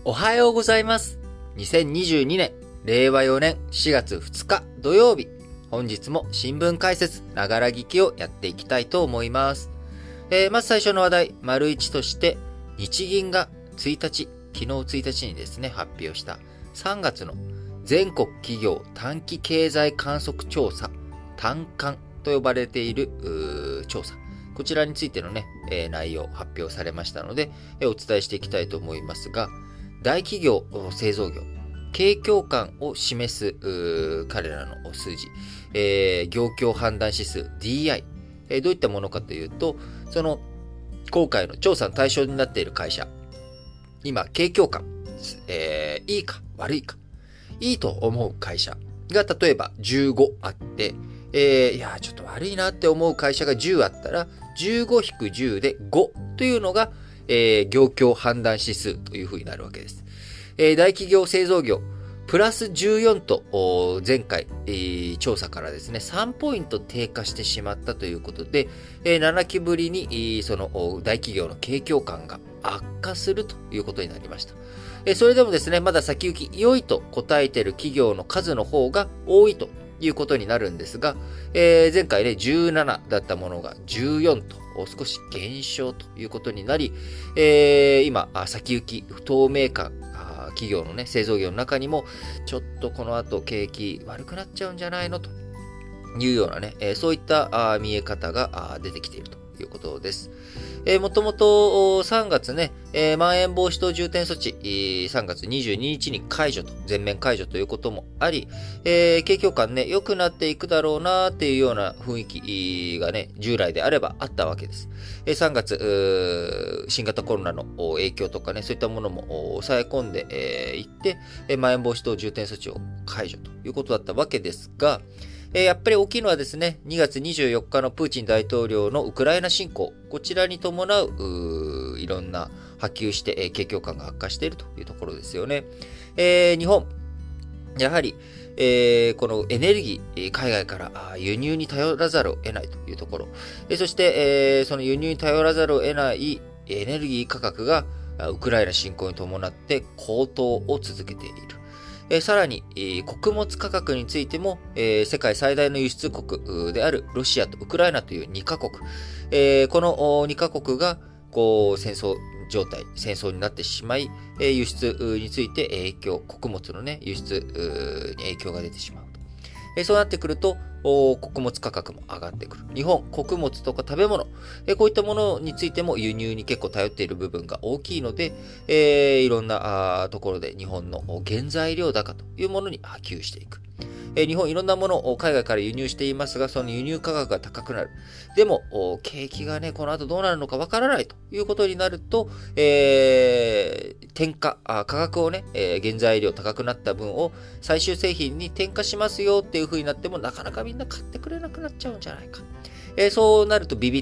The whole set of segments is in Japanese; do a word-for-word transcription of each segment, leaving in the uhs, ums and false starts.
おはようございます。にせんにじゅうにねん、れいわよねんしがつふつか土曜日。本日も新聞解説、ながら聞きをやっていきたいと思います。えー、まず最初の話題、丸一として、日銀がついたち、昨日ついたちにですね、発表したさんがつの全国企業短期経済観測調査、短観と呼ばれている調査。こちらについてのね、えー、内容発表されましたので、えー、お伝えしていきたいと思いますが、大企業、製造業、景況感を示す彼らの数字、えー、業況判断指数 ディーアイ、えー、どういったものかというと、その今回の調査の対象になっている会社、今、景況感、えー、いいか悪いか、いいと思う会社が例えばじゅうごあって、えー、いやちょっと悪いなって思う会社がじゅうあったら、じゅうご引くじゅうでごというのが、えー、業況判断指数というふうになるわけです。えー、大企業製造業、プラスじゅうよんと前回、えー、調査からですね、さんポイント低下してしまったということで、えー、ななきぶりに、えー、その大企業の景況感が悪化するということになりました。えー、それでもですね、まだ先行き良いと答えている企業の数の方が多いということになるんですが、えー、前回ね、じゅうななだったものがじゅうよんと少し減少ということになり、えー、今、先行き不透明感、企業のね、製造業の中にも、ちょっとこの後景気悪くなっちゃうんじゃないのというようなね、えー、そういったあ見え方が出てきているということです。えー、もともとさんがつね、えー、まん延防止等重点措置、さんがつにじゅうににちに解除と、全面解除ということもあり、えー、景況感ね、良くなっていくだろうなっていうような雰囲気がね、従来であればあったわけです。えー、さんがつ、新型コロナの影響とかね、そういったものも抑え込んでい、えー、って、えー、まん延防止等重点措置を解除ということだったわけですが、えー、やっぱり大きいのはですね、にがつにじゅうよっかのプーチン大統領のウクライナ侵攻、こちらに伴う、ういろんな波及して、えー、景況感が悪化しているというところですよね。えー、日本、やはり、えー、このエネルギー、海外から輸入に頼らざるを得ないというところ、えー、そして、えー、その輸入に頼らざるを得ないエネルギー価格がウクライナ侵攻に伴って高騰を続けている。えー、さらに、えー、穀物価格についても、えー、世界最大の輸出国であるロシアとウクライナというにかこく、えー、このにかこくがこう戦争状態、戦争になってしまい、えー、輸出について影響、穀物のね、輸出に影響が出てしまうと。えー、そうなってくると、穀物価格も上がってくる。日本、穀物とか食べ物、えー、こういったものについても輸入に結構頼っている部分が大きいので、えー、いろんなあところで日本の原材料高というものに波及していく。えー、日本いろんなものを海外から輸入していますが、その輸入価格が高くなる。でも、景気がね、この後どうなるのかわからないということになると、えー、転嫁、価格をね、えー、原材料高くなった分を最終製品に転嫁しますよっていう風になっても、なかなかみんな買ってくれなくなっちゃうんじゃないか。えー、そうなるとビビって、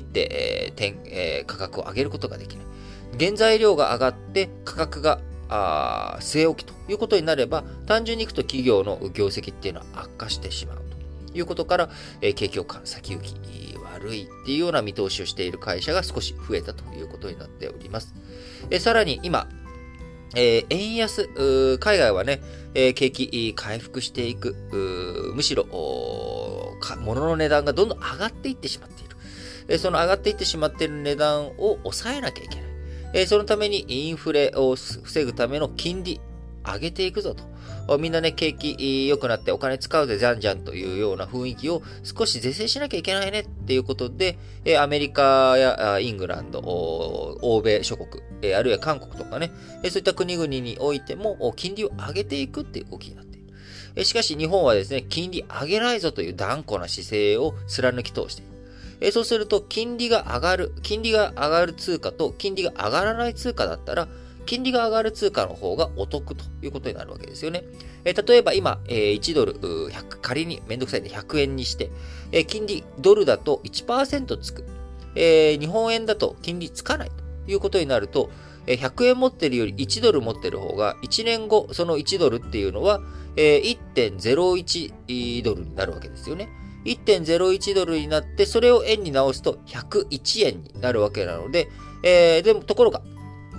えー転えー、価格を上げることができない。原材料が上がって価格があ据え置きということになれば、単純にいくと企業の業績っていうのは悪化してしまうということから、えー、景況感先行き悪いっていうような見通しをしている会社が少し増えたということになっております。えー、さらに今、えー、円安、海外はね、えー、景気回復していく、むしろ物の値段がどんどん上がっていってしまっている。えー、その上がっていってしまっている値段を抑えなきゃいけない。えー、そのためにインフレを防ぐための金利上げていくぞと。みんなね、景気良くなってお金使うぜじゃんじゃんというような雰囲気を少し是正しなきゃいけないねっていうことで、えー、アメリカやイングランド、欧米諸国、えー、あるいは韓国とかね、えー、そういった国々においても金利を上げていくっていう動きになっている。えー、しかし日本はですね、金利上げないぞという断固な姿勢を貫き通している。えー、そうすると、金利が上がる、金利が上がる通貨と金利が上がらない通貨だったら、金利が上がる通貨の方がお得ということになるわけですよね。えー、例えば今、えー、いちドルひゃく、仮にめんどくさいんでひゃくえんにして、えー、金利、ドルだと いちパーセント つく。えー、日本円だと金利つかないということになると、ひゃくえん持ってるよりいちドル持ってる方が、いちねんご、そのいちドルっていうのは、えー、いってんゼロいち ドルになるわけですよね。いってんゼロいちドルになって、それを円に直すとひゃくいちえんになるわけなので、えー、でも、ところが、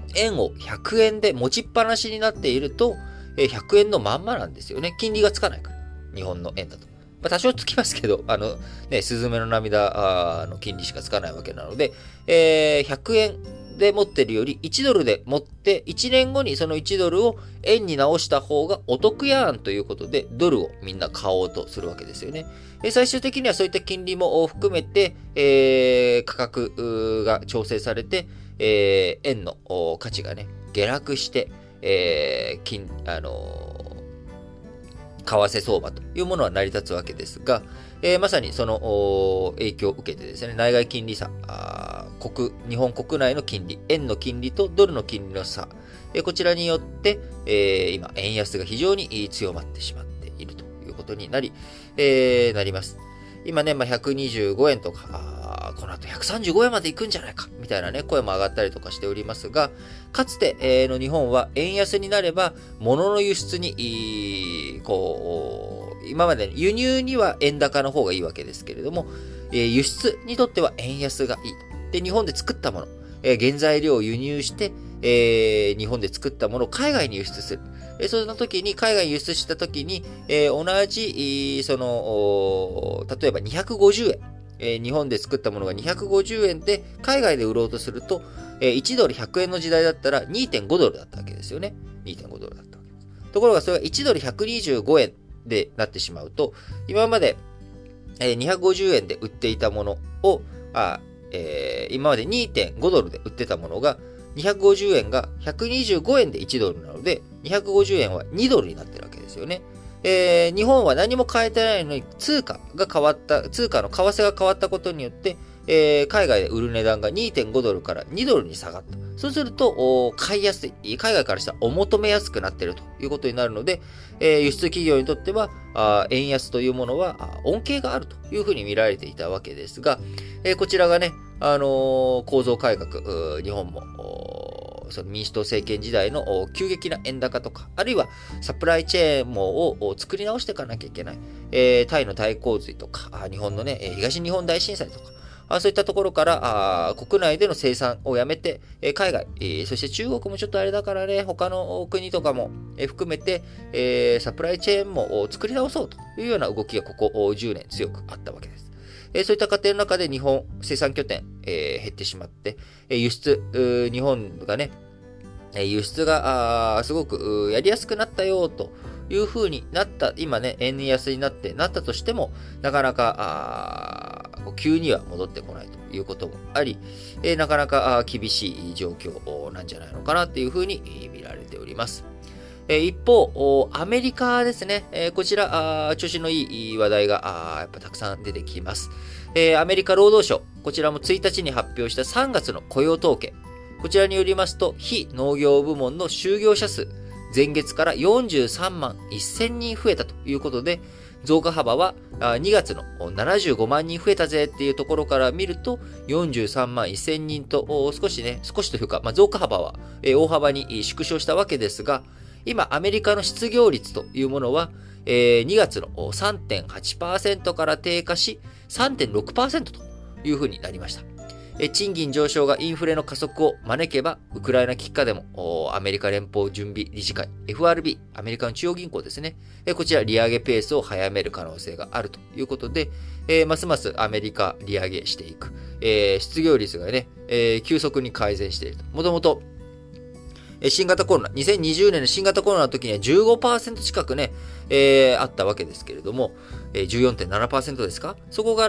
円をひゃくえんで持ちっぱなしになっていると、ひゃくえんのまんまなんですよね。金利がつかないから。日本の円だと。まあ、多少つきますけど、あの、ね、スズメの涙の金利しかつかないわけなので、えー、ひゃくえんで持ってるよりいちドルで持って、いちねんごにそのいちドルを円に直した方がお得やんということで、ドルをみんな買おうとするわけですよね。最終的にはそういった金利も含めて、えー、価格が調整されて、えー、円の価値がね、下落して、えー、金、あのー為替相場というものは成り立つわけですが、えー、まさにその影響を受けてですね、内外金利差、国、日本国内の金利、円の金利とドルの金利の差、えー、こちらによって、えー、今、円安が非常に強まってしまっているということになり、えー、なります。今ね、まあ、ひゃくにじゅうごえんとか、この後ひゃくさんじゅうごえんまで行くんじゃないか、みたいなね、声も上がったりとかしておりますが、かつて、えー、の日本は円安になれば、物の輸出に、こう、今まで輸入には円高の方がいいわけですけれども、えー、輸出にとっては円安がいい。で、日本で作ったもの、えー、原材料を輸入して、えー、日本で作ったものを海外に輸出する。えー、その時に、海外に輸出した時に、えー、同じ、その、例えばにひゃくごじゅうえん、えー、日本で作ったものがにひゃくごじゅうえんで、海外で売ろうとすると、えー、いちドルひゃくえんの時代だったら にてんごドルだったわけですよね。にてんごドルだったわけです。ところがそれがいちドルひゃくにじゅうごえんでなってしまうと、今まで、えー、にひゃくごじゅうえんで売っていたものを、あえー、今まで にてんごドルで売ってたものが、にひゃくごじゅうえんがひゃくにじゅうごえんでいちドルなので、にひゃくごじゅうえんはにドルになってるわけですよね。えー、日本は何も変えてないのに通貨が変わった、通貨の為替が変わったことによって、えー、海外で売る値段が にてんごドルからにドルに下がった。そうすると、買いやすい、海外からしたらお求めやすくなっているということになるので、えー、輸出企業にとっては、あ円安というものは恩恵があるというふうに見られていたわけですが、えー、こちらがね、あのー、構造改革、日本も、その民主党政権時代の急激な円高とか、あるいはサプライチェーン網を作り直していかなきゃいけない。えー、タイの大洪水とか、日本のね、東日本大震災とか、あそういったところからあ国内での生産をやめて、えー、海外、えー、そして中国もちょっとあれだからね、他の国とかも、えー、含めて、えー、サプライチェーン網を作り直そうというような動きがここじゅうねん強くあったわけです。えー、そういった過程の中で日本生産拠点、えー、減ってしまって、えー、輸出、日本がね、輸出があすごくやりやすくなったよという風になった、今ね、円安になってなったとしても、なかなかあ急には戻ってこないということもあり、えー、なかなか厳しい状況なんじゃないのかなという風に見られております。えー、一方、アメリカですね、えー、こちら、調子のいい話題がやっぱたくさん出てきます。えー、アメリカ労働省、こちらもついたちに発表したさんがつの雇用統計。こちらによりますと、非農業部門の就業者数、前月からよんじゅうさんまんせんにん増えたということで、増加幅はにがつのななじゅうごまんにん増えたぜっていうところから見ると、よんじゅうさんまんせんにんと少しね、少しというか、まあ、増加幅は大幅に縮小したわけですが、今アメリカの失業率というものは、にがつの さんてんはちパーセント から低下し さんてんろくパーセント というふうになりました。賃金上昇がインフレの加速を招けば、ウクライナ危機下でも、アメリカ連邦準備理事会、エフアールビー、アメリカの中央銀行ですね。こちら、利上げペースを早める可能性があるということで、ますますアメリカ利上げしていく。失業率がね、急速に改善していると。もともと、新型コロナ、にせんにじゅうねんの新型コロナの時には じゅうごパーセント 近くね、えー、あったわけですけれども、じゅうよんてんななパーセント ですか？そこから、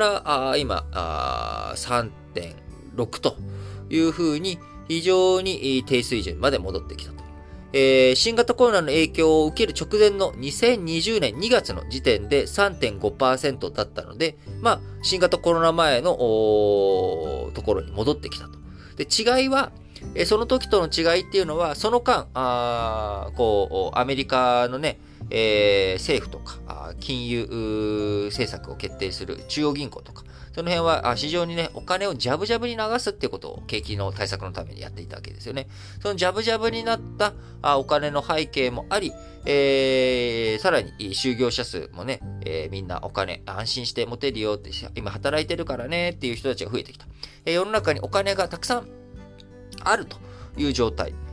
あ今あ、さんてんろく というふうに非常に低水準まで戻ってきたと。えー、新型コロナの影響を受ける直前のにせんにじゅうねんにがつの時点で さんてんごパーセント だったので、まあ、新型コロナ前のところに戻ってきたと。で、違いは、その時との違いっていうのは、その間、あこう、アメリカのね、えー、政府とか、金融政策を決定する中央銀行とか、その辺は市場にね、お金をジャブジャブに流すっていうことを景気の対策のためにやっていたわけですよね。そのジャブジャブになったお金の背景もあり、えー、さらに就業者数もね、えー、みんなお金安心して持てるよって、今働いてるからねっていう人たちが増えてきた。えー、世の中にお金がたくさんあるという状態。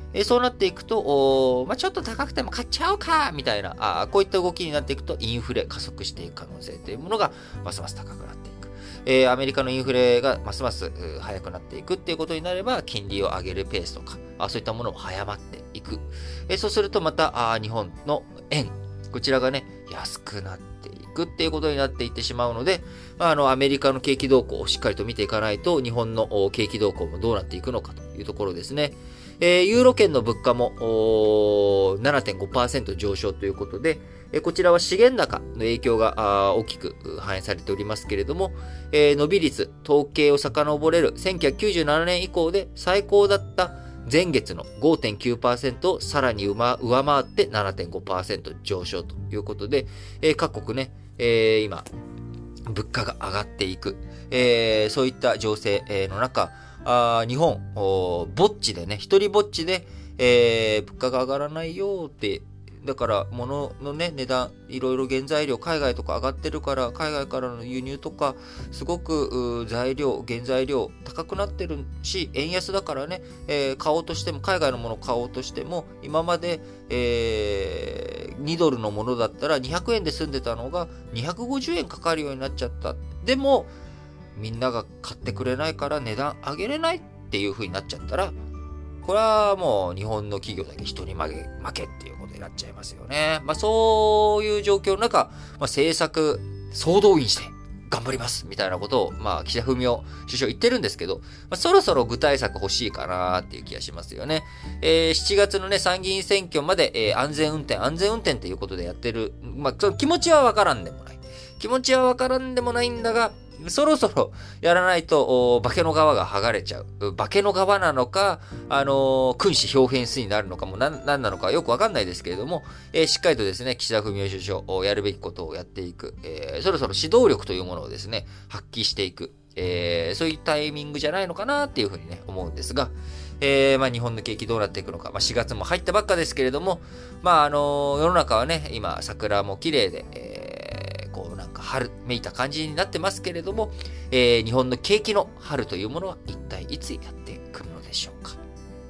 えー、そうなっていくと、まあ、ちょっと高くても買っちゃおうかみたいな、あこういった動きになっていくと、インフレ加速していく可能性というものが、ますます高くなっていく。えー、アメリカのインフレがますます早くなっていくっていうことになれば、金利を上げるペースとか、あそういったものも早まっていく。えー、そうするとまた、あ日本の円、こちらがね、安くなっていくっていうことになっていってしまうので、まあ、あの、アメリカの景気動向をしっかりと見ていかないと、日本の景気動向もどうなっていくのかというところですね。えー、ユーロ圏の物価も ななてんごパーセント 上昇ということで、えー、こちらは資源高の影響が大きく反映されておりますけれども、えー、伸び率、統計を遡れるせんきゅうひゃくきゅうじゅうななねん以降で最高だった前月の ごてんきゅうパーセント をさらに上回って ななてんごパーセント 上昇ということで、えー、各国ね、えー、今、物価が上がっていく、えー、そういった情勢の中、あ日本、ぼっちでね、一人ぼっちで、えー、物価が上がらないよって、だから、物のね、値段、いろいろ原材料、海外とか上がってるから、海外からの輸入とか、すごく材料、原材料、高くなってるし、円安だからね、えー、買おうとしても、海外のものを買おうとしても、今まで、えー、にドルのものだったらにひゃくえんで済んでたのが、にひゃくごじゅうえんかかるようになっちゃった。でも、みんなが買ってくれないから値段上げれないっていう風になっちゃったら、これはもう日本の企業だけ人に負け、負けっていうことになっちゃいますよね。まあそういう状況の中、まあ政策総動員して頑張りますみたいなことを、まあ岸田文雄首相言ってるんですけど、まあそろそろ具体策欲しいかなっていう気がしますよね。えー、しちがつのね参議院選挙まで、えー、安全運転、安全運転っていうことでやってる。まあその気持ちはわからんでもない。気持ちはわからんでもないんだが、そろそろやらないと、化けの皮が剥がれちゃう。化けの皮なのか、あのー、君子表変数になるのかも、な、なんなのかよくわかんないですけれども、えー、しっかりとですね、岸田文雄首相、やるべきことをやっていく、えー、そろそろ指導力というものをですね、発揮していく、えー、そういうタイミングじゃないのかなっていうふうにね、思うんですが、えー、まあ日本の景気どうなっていくのか、まあしがつも入ったばっかですけれども、まああのー、世の中はね、今、桜も綺麗で、えーこうなんか春めいた感じになってますけれども、えー、日本の景気の春というものは一体いつやってくるのでしょうか。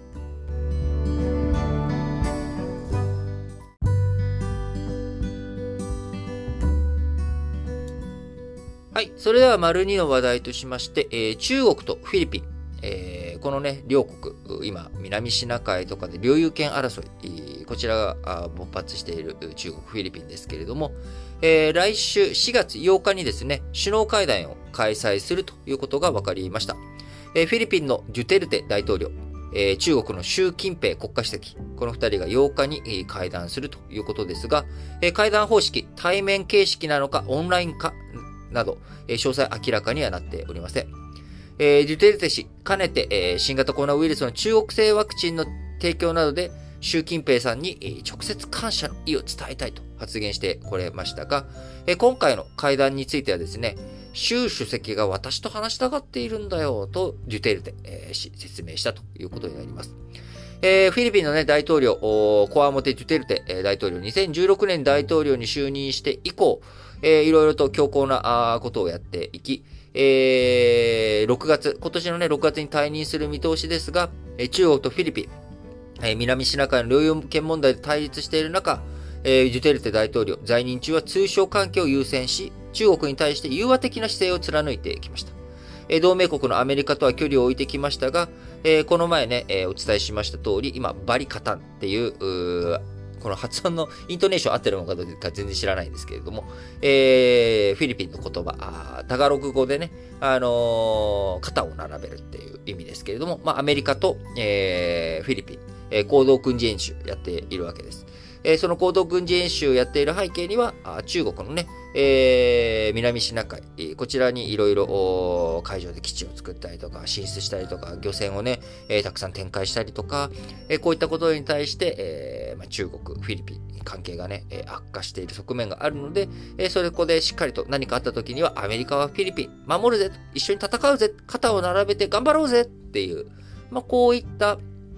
はい。それでは、丸にの話題としまして、えー、中国とフィリピン。えー、このね、両国、今、南シナ海とかで領有権争い、こちらが勃発している中国、フィリピンですけれども、えー、来週しがつようかにですね、首脳会談を開催するということが分かりました。えー、フィリピンのデュテルテ大統領、えー、中国の習近平国家主席、この二人がようかに会談するということですが、えー、会談方式、対面形式なのか、オンラインかなど、えー、詳細明らかにはなっておりません。えー、デュテルテ氏、かねて、えー、新型コロナウイルスの中国製ワクチンの提供などで、習近平さんに直接感謝の意を伝えたいと発言してこれましたが、今回の会談についてはですね、習主席が私と話したがっているんだよとデュテルテ氏説明したということになります。えー、フィリピンの、ね、大統領、コアモテ・デュテルテ大統領、にせんじゅうろくねん大統領に就任して以降、えー、いろいろと強硬なことをやっていき、えー、ろくがつ、今年のね、ろくがつに退任する見通しですが、中国とフィリピン、えー、南シナ海の領有権問題で対立している中、えー、デュテルテ大統領、在任中は通商関係を優先し、中国に対して融和的な姿勢を貫いてきました。えー、同盟国のアメリカとは距離を置いてきましたが、えー、この前ね、えー、お伝えしました通り、今、バリカタンっていう、うこの発音のイントネーション合ってるのかどうか全然知らないんですけれども、えー、フィリピンの言葉、タガログ語でね、あのー、肩を並べるっていう意味ですけれども、まあ、アメリカと、えー、フィリピン、えー、合同軍事演習やっているわけです。えー、その合同軍事演習をやっている背景には、中国のね、えー、南シナ海、こちらにいろいろ海上で基地を作ったりとか、進出したりとか、漁船をね、えー、たくさん展開したりとか、えー、こういったことに対して、えーまあ、中国、フィリピン、関係がね、えー、悪化している側面があるので、えー、それこでしっかりと何かあった時には、アメリカはフィリピン、守るぜ、一緒に戦うぜ、肩を並べて頑張ろうぜっていう、まあ、こういった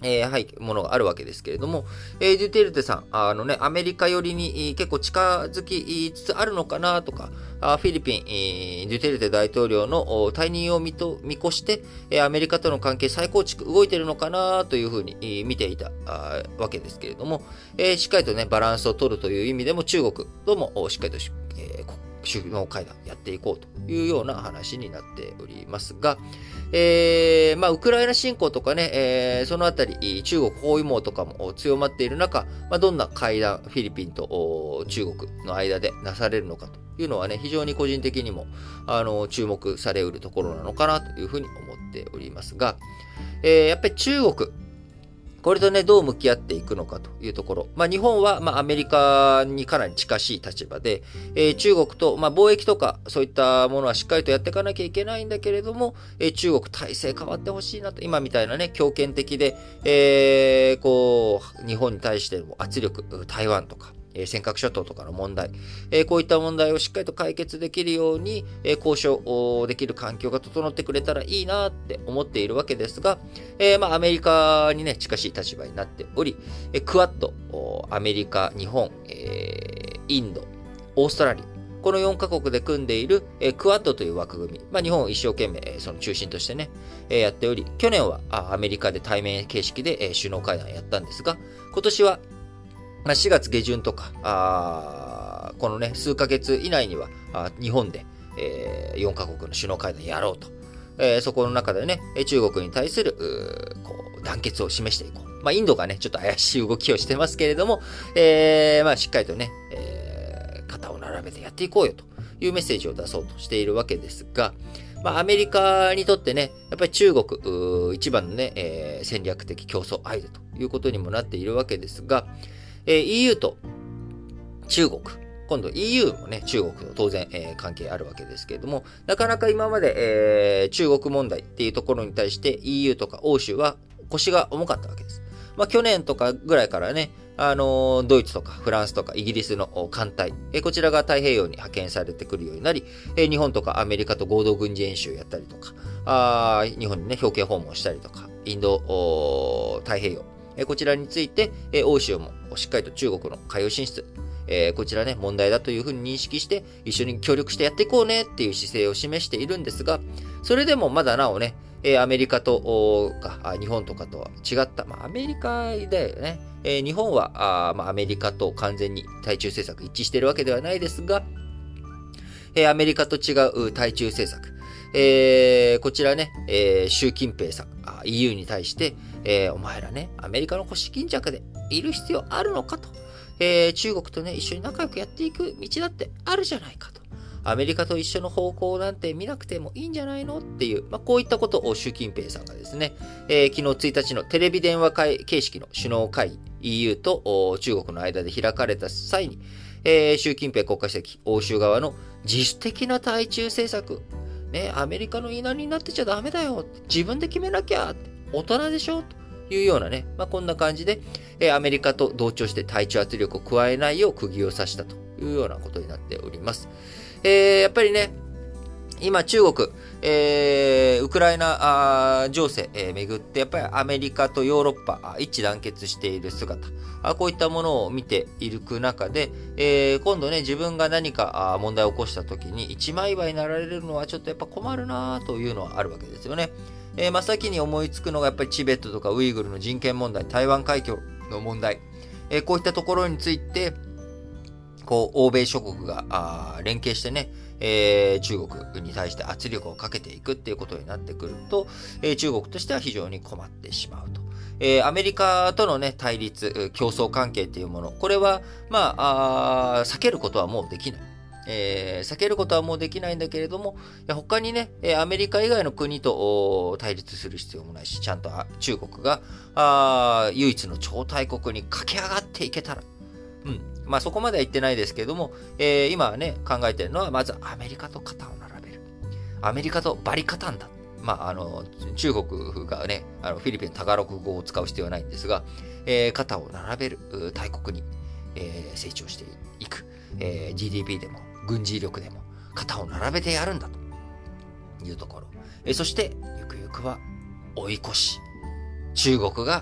えー、はい、ものがあるわけですけれども、えー、デュテルテさん、あのね、アメリカ寄りに結構近づきつつあるのかなとか、あフィリピン、えー、デュテルテ大統領の退任を見と見越して、えー、アメリカとの関係再構築動いてるのかなというふうに、えー、見ていたあわけですけれども、えー、しっかりとね、バランスを取るという意味でも中国ともしっかりと、えー、首脳会談やっていこうというような話になっておりますが、えー、まあ、ウクライナ侵攻とかね、えー、そのあたり、中国包囲網とかも強まっている中、まあ、どんな会談、フィリピンと中国の間でなされるのかというのはね、非常に個人的にも、あの、注目されうるところなのかなというふうに思っておりますが、えー、やっぱり中国、これとね、どう向き合っていくのかというところ。まあ、日本は、まあ、アメリカにかなり近しい立場で、えー、中国と、まあ、貿易とか、そういったものはしっかりとやっていかなきゃいけないんだけれども、えー、中国体制変わってほしいなと、今みたいなね、強権的で、えー、こう、日本に対しての圧力、台湾とか、尖閣諸島とかの問題、こういった問題をしっかりと解決できるように交渉できる環境が整ってくれたらいいなって思っているわけですが、まあアメリカにね近しい立場になっており、クアッド、アメリカ、日本、インド、オーストラリア、このよんカ国で組んでいるクアッドという枠組み、まあ日本を一生懸命その中心としてね、やっており、去年はアメリカで対面形式で首脳会談やったんですが、今年はまあ、しがつ下旬とか、あこのね、数ヶ月以内には、あ日本で、えー、よんカ国の首脳会談やろうと。えー、そこの中でね、中国に対する、こう、団結を示していこう。まあ、インドがね、ちょっと怪しい動きをしてますけれども、えー、まあ、しっかりとね、えー、肩を並べてやっていこうよというメッセージを出そうとしているわけですが、まあ、アメリカにとってね、やっぱり中国、一番のね、えー、戦略的競争相手ということにもなっているわけですが、えー、イーユー と中国。今度 イーユー もね、中国と当然、えー、関係あるわけですけれども、なかなか今まで、えー、中国問題っていうところに対して イーユー とか欧州は腰が重かったわけです。まあ去年とかぐらいからね、あのー、ドイツとかフランスとかイギリスの艦隊、えー、こちらが太平洋に派遣されてくるようになり、えー、日本とかアメリカと合同軍事演習やったりとか、あ日本にね、表敬訪問したりとか、インド太平洋、こちらについて、欧州もしっかりと中国の海洋進出、こちらね、問題だというふうに認識して、一緒に協力してやっていこうねっていう姿勢を示しているんですが、それでもまだなおね、アメリカとか、日本とかとは違った、まあ、アメリカだよね。日本は、まあ、アメリカと完全に対中政策一致しているわけではないですが、アメリカと違う対中政策、えー、こちらね、えー、習近平さん、イーユー に対して、えー、お前らね、アメリカの腰巾着でいる必要あるのかと、えー、中国とね、一緒に仲良くやっていく道だってあるじゃないかと。アメリカと一緒の方向なんて見なくてもいいんじゃないのっていう、まあ、こういったことを習近平さんがですね、えー、昨日ついたちのテレビ電話会形式の首脳会議、イーユー と中国の間で開かれた際に、えー、習近平国家主席、欧州側の自主的な対中政策、ね、アメリカの言いなりになってちゃダメだよ。自分で決めなきゃ。大人でしょというようなね、まあ、こんな感じで、えー、アメリカと同調して対中圧力を加えないよう釘を刺したというようなことになっております。えー、やっぱりね、今中国、えー、ウクライナ情勢、えー、めぐって、やっぱりアメリカとヨーロッパ一致団結している姿、あこういったものを見ていく中で、えー、今度ね、自分が何か問題を起こした時に一枚岩になられるのはちょっとやっぱ困るなというのはあるわけですよね。えー、真っ先に思いつくのがやっぱりチベットとかウイグルの人権問題、台湾海峡の問題、えー、こういったところについて、こう、欧米諸国が連携してね、えー、中国に対して圧力をかけていくっていうことになってくると、えー、中国としては非常に困ってしまうと。えー、アメリカとのね、対立、競争関係っていうもの、これは、まあ、あ避けることはもうできない。えー、避けることはもうできないんだけれども、他にね、アメリカ以外の国と対立する必要もないし、ちゃんと中国があ唯一の超大国に駆け上がっていけたら、うん。まあそこまでは言ってないですけれども、えー、今はね、考えてるのは、まずアメリカと肩を並べる。アメリカとバリカタンだ。まあ、あの、中国がね、あのフィリピンタガログ語を使う必要はないんですが、えー、肩を並べる大国に、えー、成長していく。えー、ジーディーピー でも軍事力でも肩を並べてやるんだというところ。えー、そして、ゆくゆくは追い越し。中国が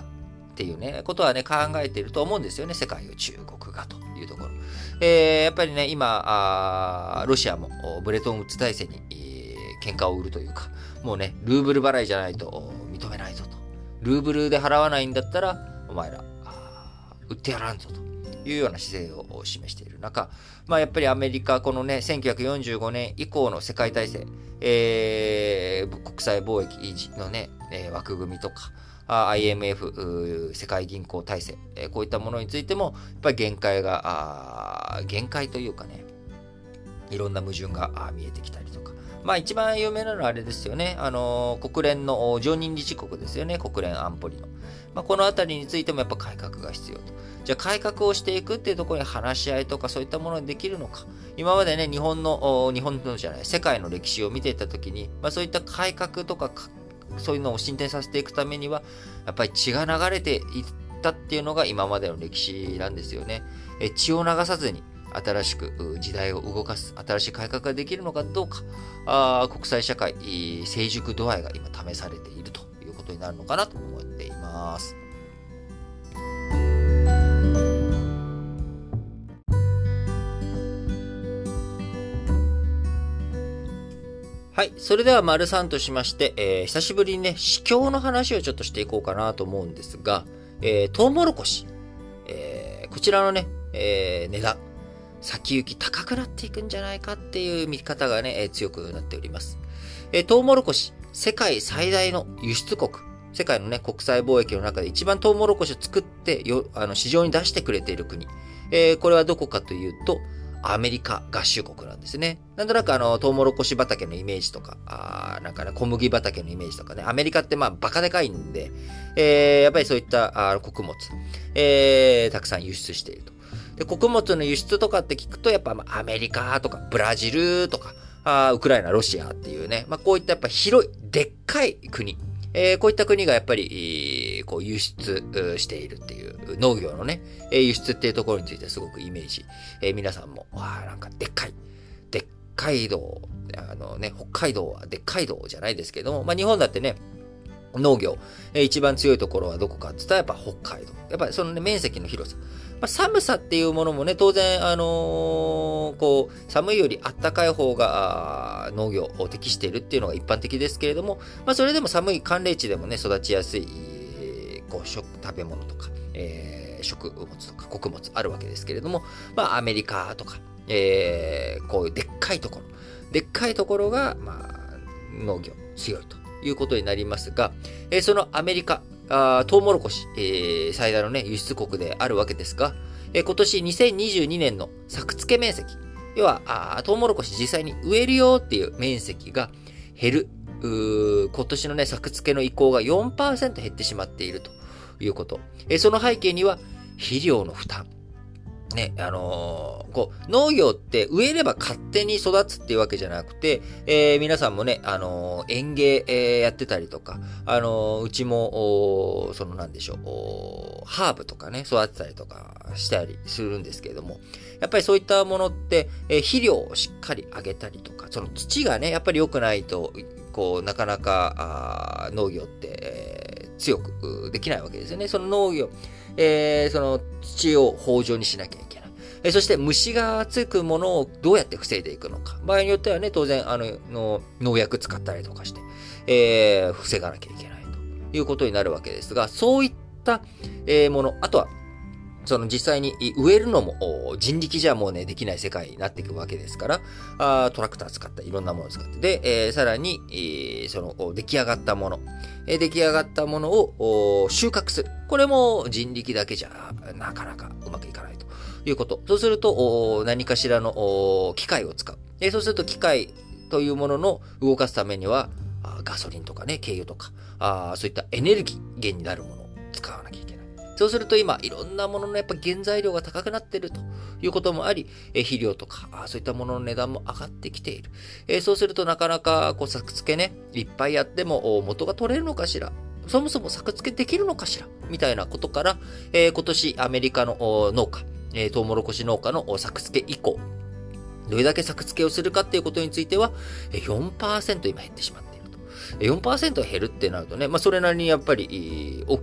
っていうね、ことはね、考えていると思うんですよね。世界を中国がというところ。えー、やっぱりね、今、あロシアもブレトンウッズ体制に、えー、喧嘩を売るというか、もうね、ルーブル払いじゃないと認めないぞと。ルーブルで払わないんだったら、お前ら、売ってやらんぞと。いうような姿勢を示している中、まあやっぱりアメリカ、このね、せんきゅうひゃくよんじゅうごねん以降の世界体制、えー、国際貿易維持のね、えー、枠組みとか、アイエムエフ、世界銀行体制、えー、こういったものについても、やっぱり限界が、あ限界というかね、いろんな矛盾が見えてきたりとか。まあ一番有名なのはあれですよね。あのー、国連の常任理事国ですよね。国連安保理の。まあこのあたりについてもやっぱ改革が必要と。じゃあ改革をしていくっていうところに話し合いとかそういったものにできるのか。今までね、日本の、日本のじゃない、世界の歴史を見ていたときに、まあそういった改革とか、そういうのを進展させていくためには、やっぱり血が流れていったっていうのが今までの歴史なんですよね。え血を流さずに、新しく時代を動かす、新しい改革ができるのかどうか、あ国際社会、成熟度合いが今試されているということになるのかなと思っています。はい。それでは、丸さんとしまして、えー、久しぶりにね、市況の話をちょっとしていこうかなと思うんですが、えー、トウモロコシ、えー、こちらのね、えー、値段、先行き高くなっていくんじゃないかっていう見方がね、えー、強くなっております。えー、トウモロコシ、世界最大の輸出国。世界のね、国際貿易の中で一番トウモロコシを作ってよ、あの、市場に出してくれている国。えー、これはどこかというと、アメリカ合衆国なんですね。なんとなくあの、トウモロコシ畑のイメージとか、あなんかね、小麦畑のイメージとかね、アメリカってまあ、バカでかいんで、えー、やっぱりそういったあ穀物、えー、たくさん輸出していると。で、穀物の輸出とかって聞くと、やっぱアメリカとかブラジルとか、あウクライナ、ロシアっていうね、まあこういったやっぱ広い、でっかい国、えー、こういった国がやっぱり、こう輸出しているっていう農業のね、輸出っていうところについてすごくイメージ、えー、皆さんも、わあなんかでっかい、でっかい道、あのね、北海道はでっかい道じゃないですけども、まあ日本だってね、農業、えー、一番強いところはどこかって言ったらやっぱ北海道。やっぱりそのね、面積の広さ。まあ、寒さっていうものもね、当然、あのー、こう、寒いより暖かい方が農業を適しているっていうのが一般的ですけれども、まあ、それでも寒い寒冷地でもね、育ちやすい、こう、食、食べ物とか、えー、食物とか穀物あるわけですけれども、まあ、アメリカとか、えー、こういうでっかいところ、でっかいところが、まあ、農業強いということになりますが、えー、そのアメリカ、あトウモロコシ、えー、最大のね、輸出国であるわけですが、えー、今年にせんにじゅうにねんの作付け面積、要は、あトウモロコシ実際に植えるよっていう面積が減る。う今年のね、作付けの移行が よんパーセント 減ってしまっているということ。えー、その背景には、肥料の負担。ね、あのー、こう、農業って植えれば勝手に育つっていうわけじゃなくて、えー、皆さんもね、あのー、園芸、えー、やってたりとか、あのー、うちも、そのなんでしょう、ハーブとかね、育てたりとかしたりするんですけれども、やっぱりそういったものって、えー、肥料をしっかりあげたりとか、その土がね、やっぱり良くないと、こう、なかなか、あ農業って、えー、強くできないわけですよね。その農業、えー、その土を豊穣にしなきゃいけない。えー、そして虫がつくものをどうやって防いでいくのか。場合によってはね、当然、あの、の農薬使ったりとかして、えー、防がなきゃいけないということになるわけですが、そういった、えー、もの、あとは、その実際に植えるのも人力じゃもうね、できない世界になっていくわけですから、あトラクター使ったいろんなものを使って、で、えー、さらに、えー、その出来上がったもの、えー、出来上がったものを収穫する。これも人力だけじゃなかなかうまくいかないということ。そうすると、何かしらの機械を使う。えー、そうすると機械というものの動かすためには、ガソリンとかね、軽油とか、あそういったエネルギー源になるものを使わなきゃいけない。そうすると今、いろんなもののやっぱ原材料が高くなっているということもあり、え肥料とかあ、そういったものの値段も上がってきている。えー、そうするとなかなかこう作付けね、いっぱいやっても元が取れるのかしら、そもそも作付けできるのかしら、みたいなことから、えー、今年アメリカの農家、えー、トウモロコシ農家の作付け以降、どれだけ作付けをするかっていうことについては、よんパーセント今減ってしまっていると。よんパーセント減るってなるとね、まあそれなりにやっぱり大きい。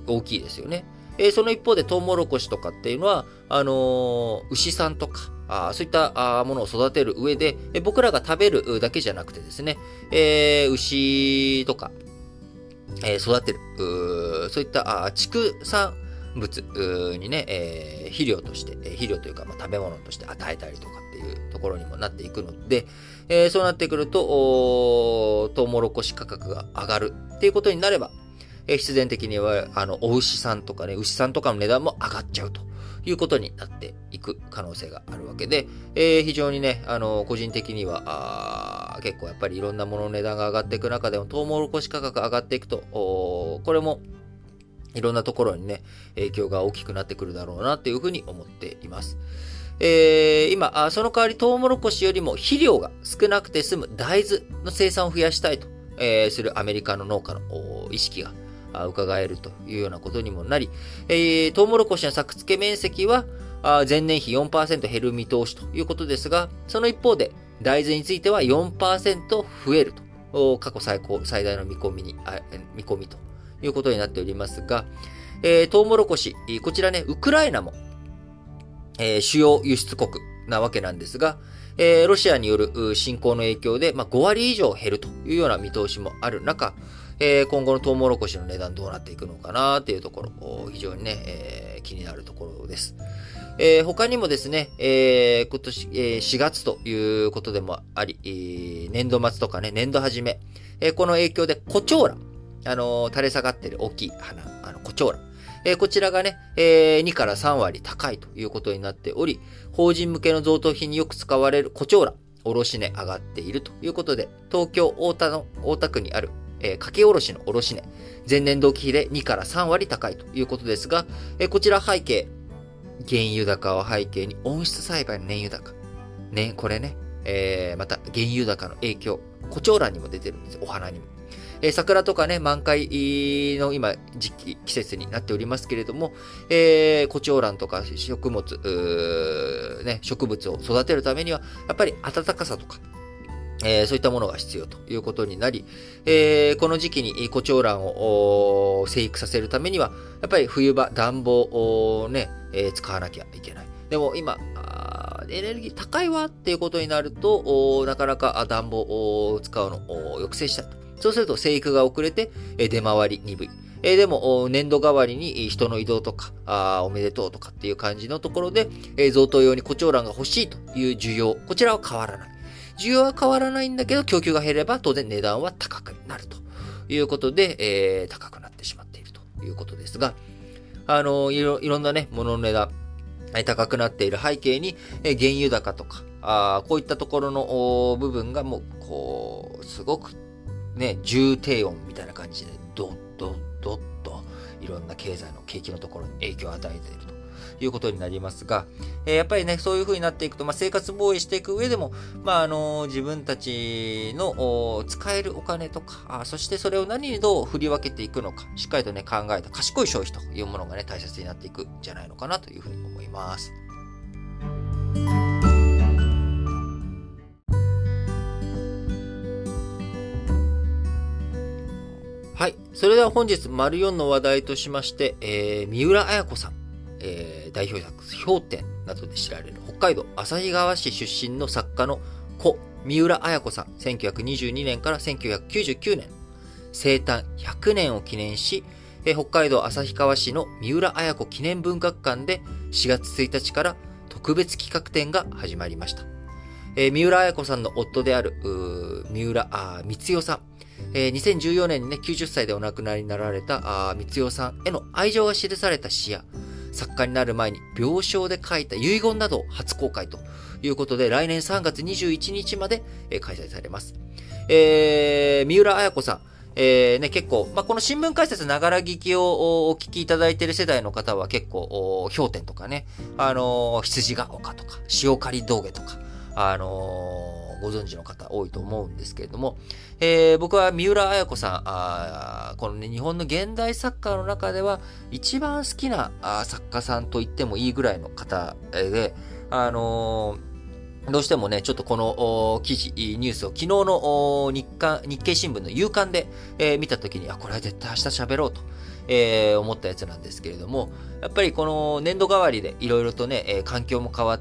大きいですよね。えー、その一方でトウモロコシとかっていうのは、あのー、牛さんとか、あそういったものを育てる上で、え僕らが食べるだけじゃなくてですね、えー、牛とか、えー、育てる、そういった畜産物にね、えー、肥料として、肥料というか、まあ、食べ物として与えたりとかっていうところにもなっていくので、えー、そうなってくると、トウモロコシ価格が上がるっていうことになれば、えー、必然的には、あの、お牛さんとかね、牛さんとかの値段も上がっちゃうということになっていく可能性があるわけで、えー、非常にね、あの、個人的には、あ結構やっぱりいろんなものの値段が上がっていく中でも、トウモロコシ価格が上がっていくと、これも、いろんなところにね、影響が大きくなってくるだろうなっていうふうに思っています。えー、今、その代わりトウモロコシよりも肥料が少なくて済む大豆の生産を増やしたいと、えー、するアメリカの農家の意識が伺えるというようなことにもなり、えー、トウモロコシの作付け面積は前年比 よんパーセント 減る見通しということですが、その一方で大豆については よんパーセント 増えると、過去最高、最大の見込みに、見込みということになっておりますが、えー、トウモロコシ、こちらね、ウクライナも、えー、主要輸出国なわけなんですが、えー、ロシアによる侵攻の影響で、まあ、ごわり以上減るというような見通しもある中、えー、今後のトウモロコシの値段どうなっていくのかなというところ、非常にね、えー、気になるところです。えー、他にもですね、えー、今年、えー、しがつということでもあり、えー、年度末とかね、年度始め、えー、この影響でコチョウラン、あのー、垂れ下がっている大きい花、あの、コチョウラン、えー、こちらがね、えー、にからさんわり高いということになっており、法人向けの贈答品によく使われるコチョウラン、卸値上がっているということで、東京大田の大田区にある、えー、かけ卸の卸値、前年同期比でにからさんわり高いということですが、えー、こちら背景、原油高を背景に温室栽培の燃油高。ね、これね、えー、また原油高の影響、コチョウランにも出てるんですよ、お花にも。えー、桜とかね、満開の今、時期、季節になっておりますけれども、えー、コチョウランとか食物、ね、植物を育てるためには、やっぱり暖かさとか、えー、そういったものが必要ということになり、えー、この時期にコチョウランを生育させるためには、やっぱり冬場、暖房をね、えー、使わなきゃいけない。でも今、エネルギー高いわっていうことになると、なかなか暖房を使うのを抑制したいと。そうすると生育が遅れて、出回り鈍い。えー、でも、年度代わりに人の移動とか、あおめでとうとかっていう感じのところで、えー、贈答用にコチョウランが欲しいという需要、こちらは変わらない。需要は変わらないんだけど、供給が減れば当然値段は高くなるということで、えー、高くなってしまっているということですが、あのいろ、いろんなね、物の値段、高くなっている背景に、えー、原油高とか、あこういったところの部分がもう、こう、すごくね、重低音みたいな感じで、ドッドッドッと、いろんな経済の景気のところに影響を与えているということになりますが、えー、やっぱりね、そういう風になっていくと、まあ、生活防衛していく上でも、まあ、あのー、自分たちの使えるお金とか、あそしてそれを何にどう振り分けていくのか、しっかりとね、考えた賢い消費というものがね、大切になっていくんじゃないのかなというふうに思います。はい。それでは本日、丸よんの話題としまして、えー、三浦綾子さん、えー、代表作、氷点などで知られる北海道旭川市出身の作家の故三浦綾子さん、せんきゅうひゃくにじゅうにねんからせんきゅうひゃくきゅうじゅうきゅうねん、生誕ひゃくねんを記念し、えー、北海道旭川市の三浦綾子記念文学館でしがつついたちから特別企画展が始まりました。えー、三浦綾子さんの夫である、三浦光代さん、えー、にせんじゅうよねんにね、きゅうじゅっさいでお亡くなりになられた光代さんへの愛情が記された詩や、作家になる前に病床で書いた遺言などを初公開ということで、来年さんがつにじゅういちにちまで、えー、開催されます。えー、三浦綾子さん、えーね、結構、まあ、この新聞解説ながら聞きをお聞きいただいている世代の方は結構、氷点とかね、あのー、羊が丘とか、塩刈り峠とか、あのー、ご存知の方多いと思うんですけれども、えー、僕は三浦綾子さん、あこのね、日本の現代作家の中では一番好きな作家さんと言ってもいいぐらいの方で、あのー、どうしてもね、ちょっとこの記事、ニュースを昨日の日刊、日経新聞の夕刊で、えー、見たときに、あ、これは絶対明日喋ろうとえー、思ったやつなんですけれども、やっぱりこの年度代わりでいろいろとね、えー、環境も変わって、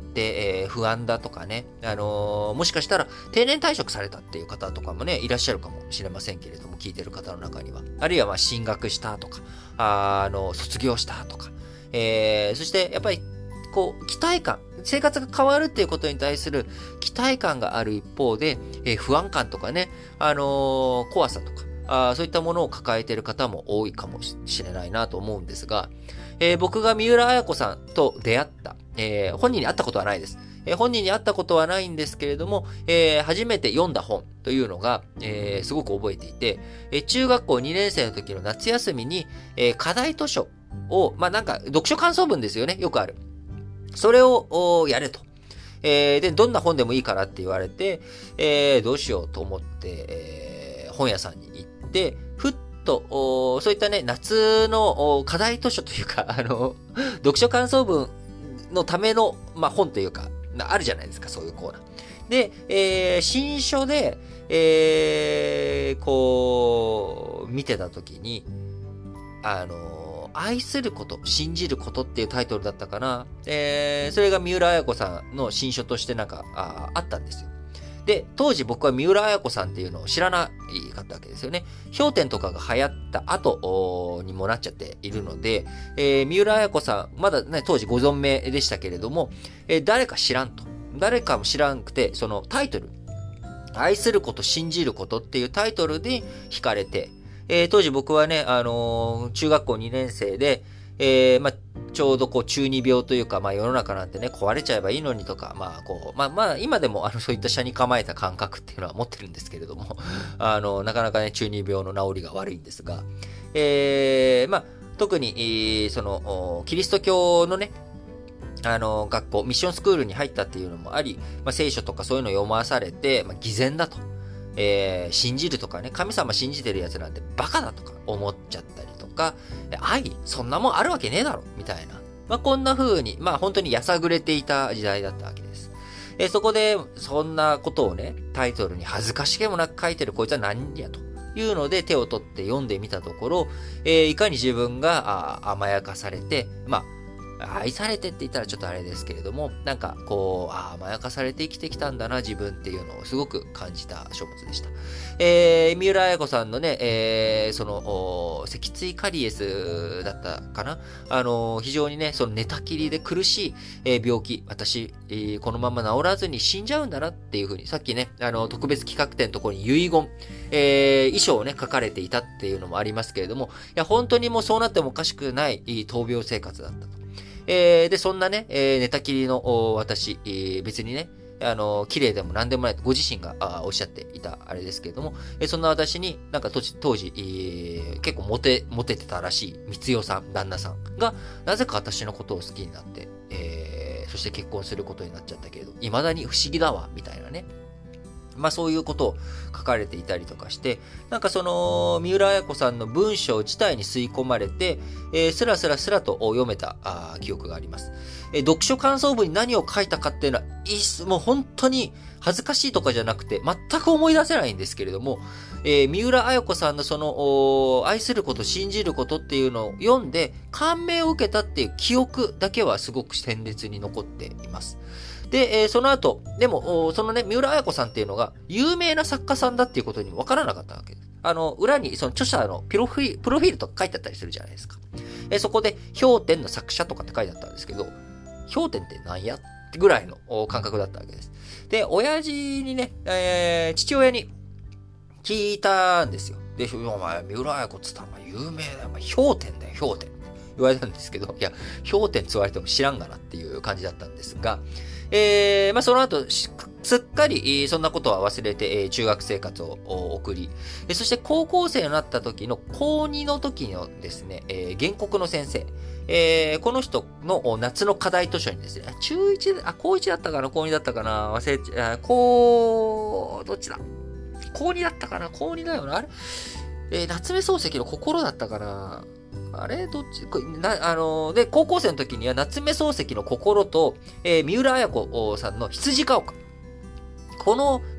えー、不安だとかね、あのー、もしかしたら定年退職されたっていう方とかもね、いらっしゃるかもしれませんけれども、聞いてる方の中には。あるいはまあ進学したとか、あ、あの、卒業したとか、えー、そしてやっぱりこう、期待感、生活が変わるっていうことに対する期待感がある一方で、えー、不安感とかね、あのー、怖さとか、あ、そういったものを抱えている方も多いかもしれないなと思うんですが、えー、僕が三浦綾子さんと出会った、えー、本人に会ったことはないです。えー、本人に会ったことはないんですけれども、えー、初めて読んだ本というのが、えー、すごく覚えていて、えー、中学校にねん生の時の夏休みに、えー、課題図書を、まあ、なんか読書感想文ですよね、よくある。それをやれと。えー、で、どんな本でもいいからって言われて、えー、どうしようと思って、えー、本屋さんに行って、ふっと、そういったね、夏の課題図書というか、あの、読書感想文のための、まあ、本というか、あるじゃないですか、そういうコーナー。で、えー、新書で、えー、こう、見てたときに、あの、愛すること、信じることっていうタイトルだったかな。えー、それが三浦綾子さんの新書としてなんか、あ、あったんですよ。で、当時僕は三浦綾子さんっていうのを知らないかったわけですよね。氷点とかが流行った後にもなっちゃっているので、えー、三浦綾子さん、まだね、当時ご存命でしたけれども、えー、誰か知らんと。誰かも知らんくて、そのタイトル、愛すること、信じることっていうタイトルで惹かれて、えー、当時僕はね、あのー、中学校にねん生で、えー、まあ、ちょうどこう中二病というか、まあ世の中なんてね、壊れちゃえばいいのにとか、まあこう、まあまあ今でもあのそういった車に構えた感覚っていうのは持ってるんですけれども、あの、なかなかね、中二病の治りが悪いんですが、えー、まあ特に、えー、その、キリスト教のね、あの、学校、ミッションスクールに入ったっていうのもあり、まあ聖書とかそういうのを読まされて、まあ偽善だと。えー、信じるとかね、神様信じてるやつなんてバカだとか思っちゃったりとか、愛、そんなもんあるわけねえだろ、みたいな。まあ、こんな風に、まあ、本当にやさぐれていた時代だったわけです。えー、そこで、そんなことをね、タイトルに恥ずかしげもなく書いてるこいつは何やというので手を取って読んでみたところ、えー、いかに自分が甘やかされて、まあ、愛されてって言ったらちょっとあれですけれども、なんかこう、あ甘やかされて生きてきたんだな、自分っていうのをすごく感じた書物でした。えー、三浦綾子さんのね、えー、その、脊椎カリエスだったかな、あの、非常にね、その寝たきりで苦しい、えー、病気、私、えー、このまま治らずに死んじゃうんだなっていうふうに、さっきね、あの、特別企画展のところに遺言、えー、遺書をね、書かれていたっていうのもありますけれども、いや、本当にもうそうなってもおかしくない闘病生活だったと。えー、で、そんなね、えー、寝たきりの私、えー、別にね、あの、綺麗でも何でもないとご自身があおっしゃっていたあれですけれども、えー、そんな私になんか当時、当時えー、結構モテ、モテてたらしい三代さん、旦那さんが、なぜか私のことを好きになって、えー、そして結婚することになっちゃったけれど、未だに不思議だわ、みたいなね。まあそういうことを書かれていたりとかして、なんかその、三浦綾子さんの文章自体に吸い込まれて、えー、スラスラスラと読めたあ記憶があります。えー、読書感想文に何を書いたかっていうのは、いいもう本当に恥ずかしいとかじゃなくて、全く思い出せないんですけれども、えー、三浦綾子さんのその、愛すること、信じることっていうのを読んで、感銘を受けたっていう記憶だけはすごく鮮烈に残っています。で、えー、その後、でも、そのね、三浦綾子さんっていうのが、有名な作家さんだっていうことに分からなかったわけです。あの、裏に、その著者のプロフィール、プロフィールとか書いてあったりするじゃないですか。えー、そこで、氷点の作者とかって書いてあったんですけど、氷点って何やってぐらいの感覚だったわけです。で、親父にね、えー、父親に聞いたんですよ。で、お前、三浦綾子っつったら、有名だよ。お前、氷点だよ、氷点。言われたんですけど、いや、氷点って言われても知らんがなっていう感じだったんですが、えー、まあ、その後、すっかり、そんなことは忘れて、中学生活を送り、そして高校生になった時の高にの時のですね、えー、原告の先生、えー、この人の夏の課題図書にですね、中いち、あ、高いちだったかな、高にだったかな、忘れちゃ、高、どっちだ高にだったかな、高にだよな、あれえー、夏目漱石の心だったかな、あれどっちな、あのー、で、高校生の時には夏目漱石の心と、えー、三浦綾子さんの羊ヶ丘。この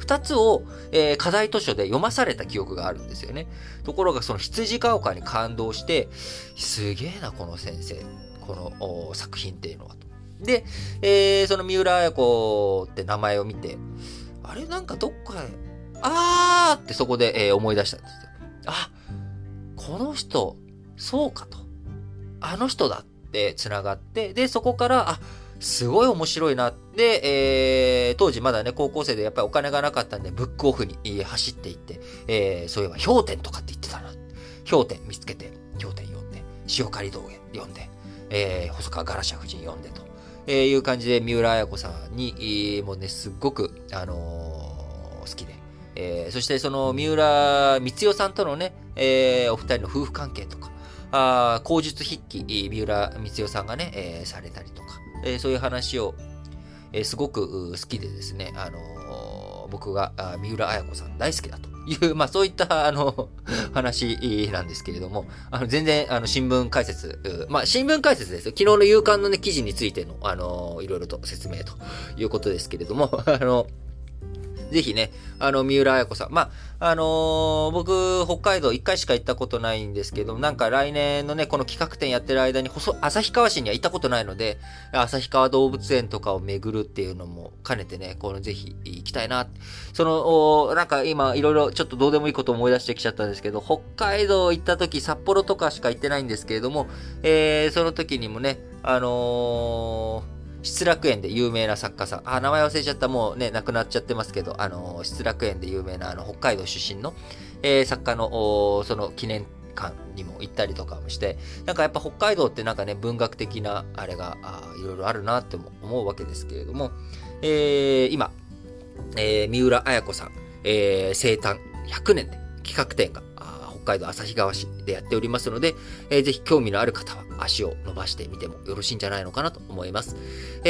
二つを、えー、課題図書で読まされた記憶があるんですよね。ところがその羊ヶ丘に感動して、すげえな、この先生。この作品っていうのはと。で、えー、その三浦綾子って名前を見て、あれなんかどっかで、あーってそこで、えー、思い出したんですよ。あ、この人、そうかと。あの人だって繋がって、で、そこから、あ、すごい面白いな。で、えー、当時まだね、高校生でやっぱりお金がなかったんで、ブックオフに走っていって、えー、そういえば、氷点とかって言ってたな。氷点見つけて、氷点読んで、塩刈峠読んで、えー、細川ガラシャ夫人読んでと、えー、いう感じで、三浦綾子さんに、えー、もうね、すっごく、あのー、好きで、えー、そしてその三浦光代さんとのね、えー、お二人の夫婦関係とか、あ口述筆記、三浦光代さんがね、えー、されたりとか、えー、そういう話を、えー、すごく好きでですね、あのー、僕が三浦綾子さん大好きだという、まあそういったあの話なんですけれども、あの全然あの新聞解説、まあ新聞解説ですよ。昨日の夕刊のね記事についてのあのー、いろいろと説明ということですけれども、あのぜひね、あの、三浦綾子さん。まあ、あのー、僕、北海道一回しか行ったことないんですけど、なんか来年のね、この企画展やってる間に、旭川市には行ったことないので、旭川動物園とかを巡るっていうのも兼ねてね、このぜひ行きたいな。その、なんか今、いろいろちょっとどうでもいいこと思い出してきちゃったんですけど、北海道行った時、札幌とかしか行ってないんですけれども、えー、その時にもね、あのー、失楽園で有名な作家さん。あ、名前忘れちゃった。もうね、亡くなっちゃってますけど、あの、失楽園で有名な、あの、北海道出身の、えー、作家の、その記念館にも行ったりとかもして、なんかやっぱ北海道ってなんかね、文学的な、あれが、あいろいろあるなっても思うわけですけれども、えー、今、えー、三浦綾子さん、えー、生誕ひゃくねんで企画展が、北海道旭川市でやっておりますので、えー、ぜひ興味のある方は足を伸ばしてみてもよろしいんじゃないのかなと思います。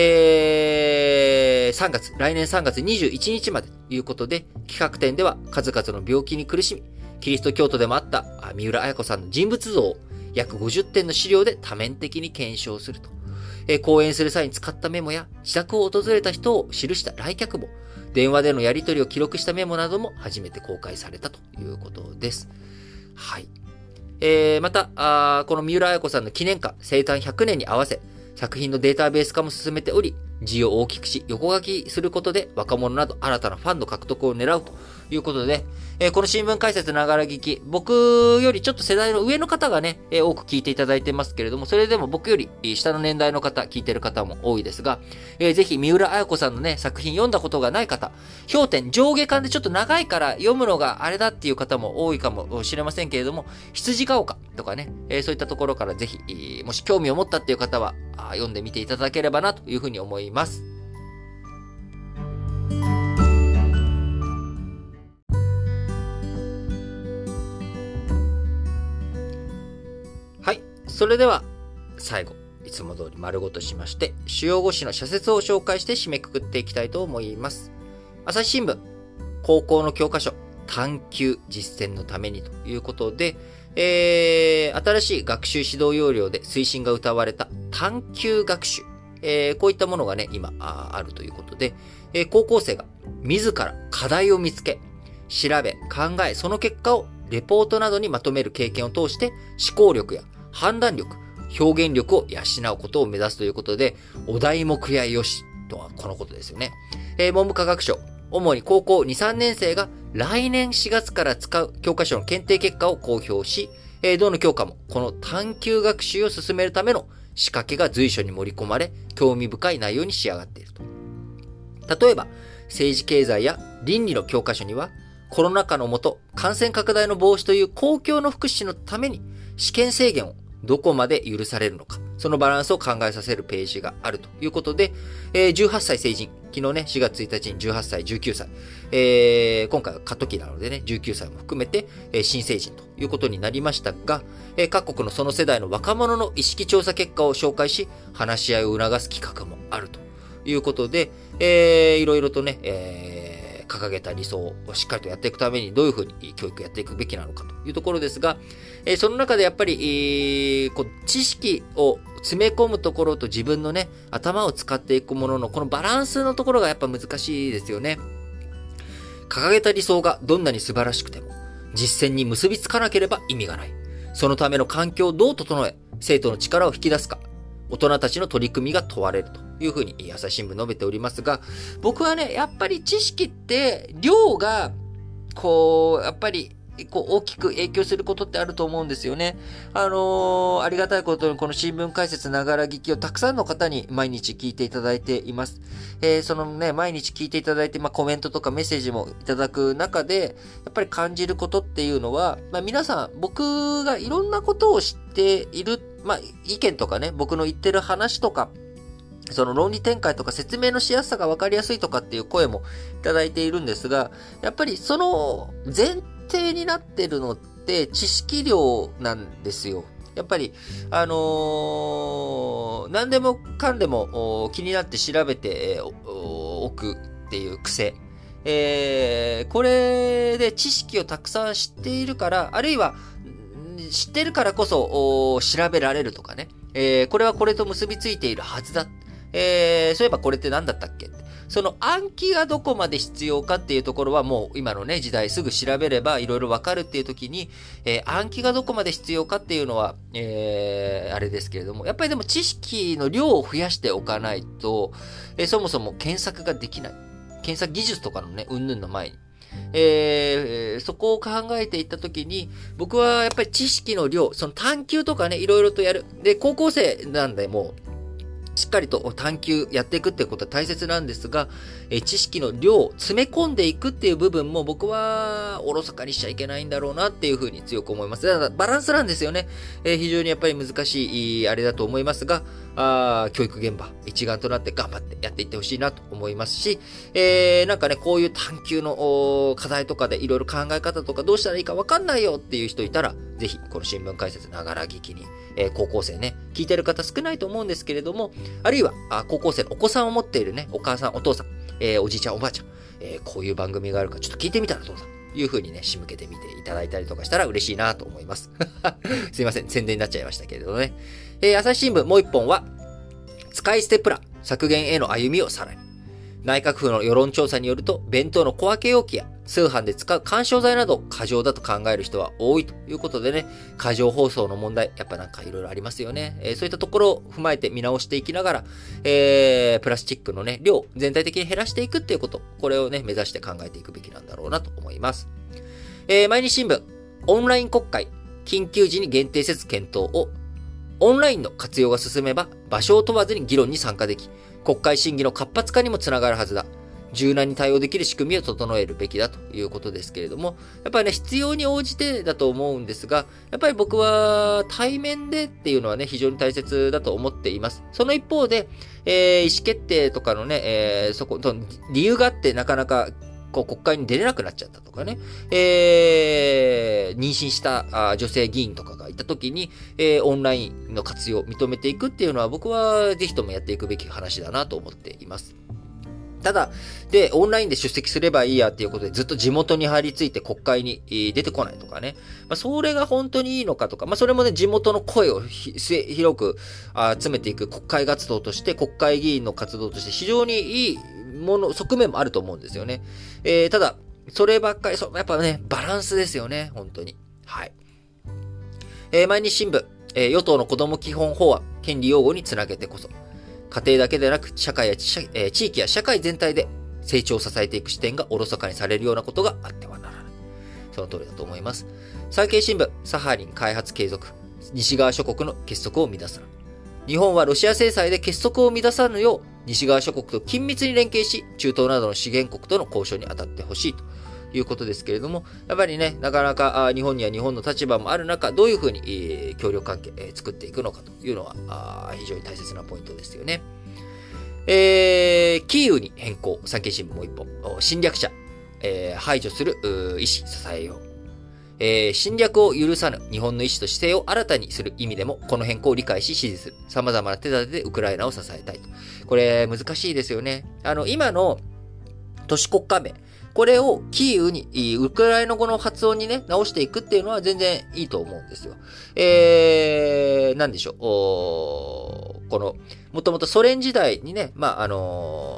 えー、さんがつ、来年さんがつにじゅういちにちまでということで、企画展では数々の病気に苦しみ、キリスト教徒でもあった三浦綾子さんの人物像を約ごじゅってんの資料で多面的に検証すると。えー、講演する際に使ったメモや自宅を訪れた人を記した来客簿、電話でのやり取りを記録したメモなども初めて公開されたということです。はい。えー、また、あこの三浦綾子さんの記念館、生誕ひゃくねんに合わせ、作品のデータベース化も進めており、字を大きくし、横書きすることで、若者など新たなファンの獲得を狙うということで、えー、この新聞解説ながら聞き、僕よりちょっと世代の上の方がね、えー、多く聞いていただいてますけれども、それでも僕より下の年代の方、聞いてる方も多いですが、えー、ぜひ三浦綾子さんのね、作品読んだことがない方、氷点上下巻でちょっと長いから読むのがあれだっていう方も多いかもしれませんけれども、羊ヶ丘とかね、えー、そういったところからぜひ、えー、もし興味を持ったっていう方は、読んでみていただければなというふうに思います。はい。それでは、最後、いつも通り丸ごとしまして、主要語詞の社説を紹介して締めくくっていきたいと思います。朝日新聞、高校の教科書、探究実践のためにということで、えー、新しい学習指導要領で推進が謳われた探究学習、えー、こういったものがね、今 あ, あるということで、えー、高校生が自ら課題を見つけ、調べ、考え、その結果をレポートなどにまとめる経験を通して、思考力や判断力、表現力を養うことを目指すということで、お題目やよしとはこのことですよね。えー、文部科学省、主に高校に、さんねん生が来年しがつから使う教科書の検定結果を公表し、えー、どの教科もこの探究学習を進めるための仕掛けが随所に盛り込まれ、興味深い内容に仕上がっていると。例えば、政治経済や倫理の教科書には、コロナ禍の下、感染拡大の防止という公共の福祉のために試験制限をどこまで許されるのか、そのバランスを考えさせるページがあるということで、えー、じゅうはっさい成人、昨日ね、しがつついたちにじゅうはっさい、じゅうきゅうさい、えー、今回は過渡期なのでね、じゅうきゅうさいも含めて、えー、新成人ということになりましたが、えー、各国のその世代の若者の意識調査結果を紹介し、話し合いを促す企画もあるということで、えー、いろいろとね、えー掲げた理想をしっかりとやっていくためにどういうふうに教育やっていくべきなのかというところですが、えー、その中でやっぱり、えー、こう知識を詰め込むところと自分のね、頭を使っていくもののこのバランスのところがやっぱ難しいですよね。 掲げた理想がどんなに素晴らしくても、実践に結びつかなければ意味がない。そのための環境をどう整え、生徒の力を引き出すか、大人たちの取り組みが問われるというふうに朝日新聞述べておりますが、僕はね、やっぱり知識って量が、こう、やっぱり、こう大きく影響することってあると思うんですよね。あのー、ありがたいことにこの新聞解説ながら聞きをたくさんの方に毎日聞いていただいています。えー、そのね、毎日聞いていただいて、まあ、コメントとかメッセージもいただく中で、やっぱり感じることっていうのは、まあ、皆さん、僕がいろんなことを知っている、まあ、意見とかね、僕の言ってる話とか、その論理展開とか説明のしやすさが分かりやすいとかっていう声もいただいているんですが、やっぱりその前提になってるのって知識量なんですよ。やっぱり、あのー、何でもかんでも気になって調べておくっていう癖。えー、これで知識をたくさん知っているから、あるいは知ってるからこそ調べられるとかね。えー、これはこれと結びついているはずだ。えー、そういえばこれって何だったっけ？その暗記がどこまで必要かっていうところはもう今のね時代すぐ調べればいろいろわかるっていう時に、えー、暗記がどこまで必要かっていうのは、えー、あれですけれども、やっぱりでも知識の量を増やしておかないと、えー、そもそも検索ができない。検索技術とかのね、云々の前に。えー、そこを考えていったときに、僕はやっぱり知識の量、その探求とかね、いろいろとやる。で、高校生なんでもう、しっかりと探求やっていくっていうことは大切なんですが、え知識の量、詰め込んでいくっていう部分も僕はおろそかにしちゃいけないんだろうなっていうふうに強く思います。だからバランスなんですよね。えー、非常にやっぱり難しいあれだと思いますが、あ教育現場一丸となって頑張ってやっていってほしいなと思いますし、えー、なんかね、こういう探求の課題とかでいろいろ考え方とかどうしたらいいかわかんないよっていう人いたら、ぜひこの新聞解説ながら聞きに、えー、高校生ね、聞いてる方少ないと思うんですけれども、あるいはあ高校生のお子さんを持っているね、お母さん、お父さん、えー、おじいちゃん、おばあちゃん、えー、こういう番組があるからちょっと聞いてみたらどうだという風にね、仕向けてみていただいたりとかしたら嬉しいなと思います。すいません、宣伝になっちゃいましたけれどもね。えー、朝日新聞もう一本は、使い捨てプラ削減への歩みをさらに。内閣府の世論調査によると、弁当の小分け容器や通販で使う緩衝材など過剰だと考える人は多いということでね、過剰包装の問題、やっぱなんかいろいろありますよね。えー、そういったところを踏まえて見直していきながら、えー、プラスチックのね、量、全体的に減らしていくっていうこと、これをね、目指して考えていくべきなんだろうなと思います。えー、毎日新聞、オンライン国会、緊急時に限定せず検討を、オンラインの活用が進めば、場所を問わずに議論に参加でき、国会審議の活発化にもつながるはずだ。柔軟に対応できる仕組みを整えるべきだということですけれども、やっぱりね、必要に応じてだと思うんですが、やっぱり僕は対面でっていうのはね、非常に大切だと思っています。その一方で、えー、意思決定とかのね、えー、そこ、理由があってなかなか、こう国会に出れなくなっちゃったとかね、えー、妊娠した女性議員とかがいたときに、えー、オンラインの活用を認めていくっていうのは僕はぜひともやっていくべき話だなと思っています。ただ、で、オンラインで出席すればいいやっていうことでずっと地元に張り付いて国会に出てこないとかね。まあ、それが本当にいいのかとか、まあ、それもね、地元の声を広く集めていく国会活動として、国会議員の活動として非常にいいもの、側面もあると思うんですよね。えー、ただ、そればっかり、やっぱね、バランスですよね、本当に。はい。えー、毎日新聞、えー、与党の子ども基本法案、権利擁護につなげてこそ。家庭だけでなく、社会や地域や社会全体で成長を支えていく視点がおろそかにされるようなことがあってはならない。その通りだと思います。産経新聞、サハリン開発継続。西側諸国の結束を乱すな。日本はロシア制裁で結束を乱さぬよう、西側諸国と緊密に連携し、中東などの資源国との交渉に当たってほしいということですけれども、やっぱりね、なかなか日本には日本の立場もある中、どういうふうに、えー、協力関係、えー、作っていくのかというのはあ非常に大切なポイントですよね。えー、キーウに変更、産経新聞もう一本、侵略者、えー、排除する意思、支えよう。えー、侵略を許さぬ日本の意思と姿勢を新たにする意味でも、この変更を理解し支持する。様々な手立てでウクライナを支えたいと。これ、難しいですよね。あの、今の都市国家名、これをキーウに、ウクライナ語の発音にね、直していくっていうのは全然いいと思うんですよ。えー、なんでしょう。この、もともとソ連時代にね、まあ、あのー、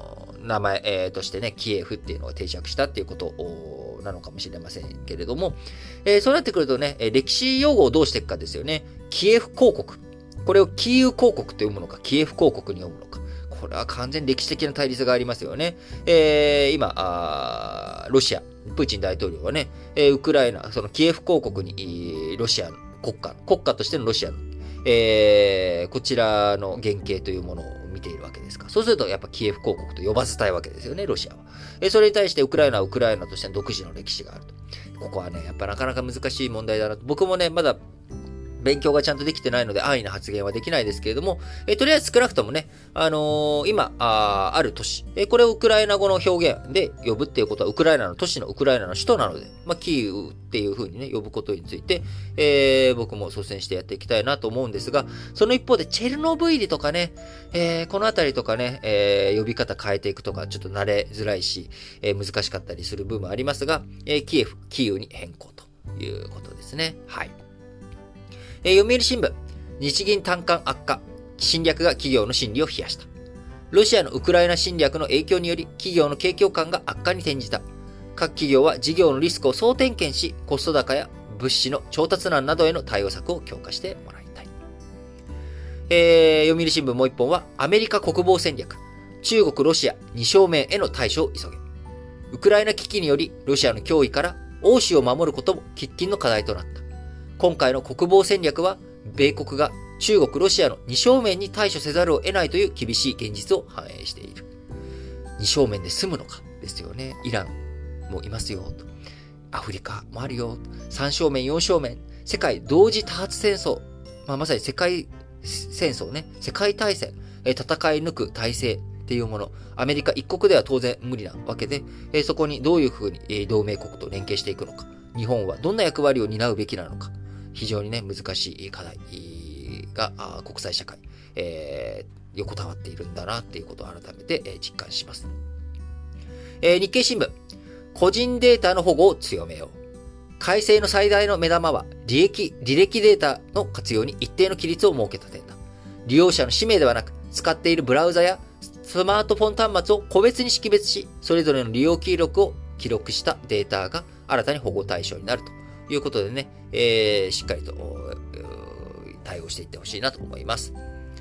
名前、えー、としてね、キエフっていうのが定着したっていうことなのかもしれませんけれども、えー、そうなってくるとね、歴史用語をどうしていくかですよね。キエフ公国。これをキーウ公国と読むのか、キエフ公国に読むのか。これは完全に歴史的な対立がありますよね。えー、今あ、ロシア、プーチン大統領はね、えー、ウクライナ、そのキエフ公国に、ロシアの国家、国家としてのロシアの、えー、こちらの原型というものを見ているわけですから。そうすると、やっぱキエフ公国と呼ばせたいわけですよね、ロシアは。えー、それに対してウクライナはウクライナとしての独自の歴史があると。ここはね、やっぱなかなか難しい問題だなと。僕もね、まだ、勉強がちゃんとできてないので安易な発言はできないですけれども、えー、とりあえず少なくともね、あのー、今、あ, ある都市、えー、これをウクライナ語の表現で呼ぶっていうことは、ウクライナの都市のウクライナの首都なので、まあ、キーウっていう風にね、呼ぶことについて、えー、僕も率先してやっていきたいなと思うんですが、その一方で、チェルノブイリとかね、えー、このあたりとかね、えー、呼び方変えていくとか、ちょっと慣れづらいし、えー、難しかったりする部分ありますが、えー、キエフ、キーウに変更ということですね。はい。えー、読売新聞、日銀短観悪化、侵略が企業の心理を冷やした。ロシアのウクライナ侵略の影響により、企業の景況感が悪化に転じた。各企業は事業のリスクを総点検し、コスト高や物資の調達難などへの対応策を強化してもらいたい。えー、読売新聞もう一本は、アメリカ国防戦略、中国、ロシア、二正面への対処を急げ。ウクライナ危機により、ロシアの脅威から欧州を守ることも喫緊の課題となった。今回の国防戦略は、米国が中国、ロシアの二正面に対処せざるを得ないという厳しい現実を反映している。二正面で済むのかですよね。イランもいますよと。アフリカもあるよと。三正面、四正面。世界同時多発戦争。まあ、まさに世界戦争ね。世界大戦。戦い抜く体制っていうもの。アメリカ一国では当然無理なわけで、そこにどういうふうに同盟国と連携していくのか。日本はどんな役割を担うべきなのか。非常にね、難しい課題が国際社会、えー、横たわっているんだなっていうことを改めて実感します。えー、日経新聞、個人データの保護を強めよう。改正の最大の目玉は履歴、履歴データの活用に一定の規律を設けた点だ。利用者の氏名ではなく、使っているブラウザやスマートフォン端末を個別に識別し、それぞれの利用記録を記録したデータが新たに保護対象になると。ということでね、えー、しっかりと対応していってほしいなと思います。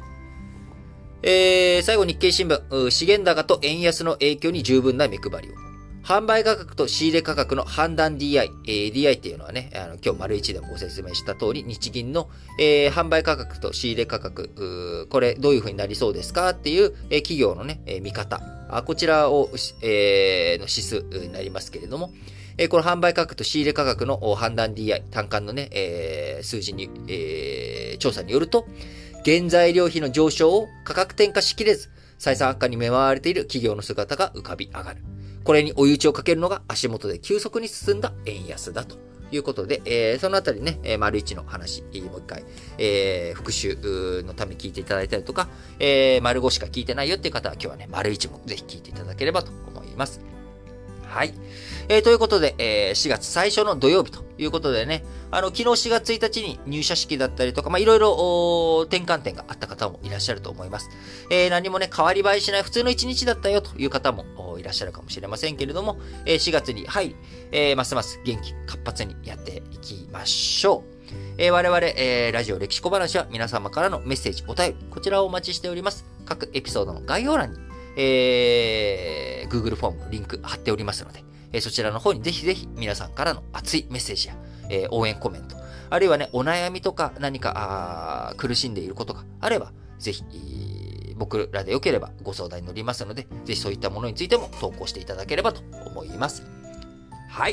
えー、最後日経新聞、資源高と円安の影響に十分な目配りを。販売価格と仕入れ価格の判断 ディーアイ、えー、ディーアイ っていうのはね、あの今日丸一でもご説明した通り、日銀の、えー、販売価格と仕入れ価格、これどういう風になりそうですかっていう、えー、企業のね、えー、見方あ、こちらを、えー、の指数になりますけれども、えー、この販売価格と仕入れ価格の判断 ディーアイ、単価のね、えー、数字に、えー、調査によると、原材料費の上昇を価格転嫁しきれず、採算悪化に見舞われている企業の姿が浮かび上がる。これに追い打ちをかけるのが足元で急速に進んだ円安だということで、えー、そのあたりね、えー、丸一の話、もう一回、えー、復習のために聞いていただいたりとか、えー、丸ごしか聞いてないよっていう方は今日はね、丸一もぜひ聞いていただければと思います。はい。えー、ということで、えー、しがつ最初の土曜日ということでね、あの、昨日しがつついたちに入社式だったりとか、まあ、いろいろ、転換点があった方もいらっしゃると思います。えー、何もね、変わり映えしない普通の一日だったよという方もいらっしゃるかもしれませんけれども、えー、しがつに入り、えー、ますます元気、活発にやっていきましょう。えー、我々、えー、ラジオ歴史小話は皆様からのメッセージ、お便り、こちらをお待ちしております。各エピソードの概要欄に、えー、Google フォームのリンク貼っておりますので、えー、そちらの方にぜひぜひ皆さんからの熱いメッセージや、えー、応援コメント、あるいはね、お悩みとか何か苦しんでいることがあれば、ぜひ、僕らでよければご相談に乗りますので、ぜひそういったものについても投稿していただければと思います。はい。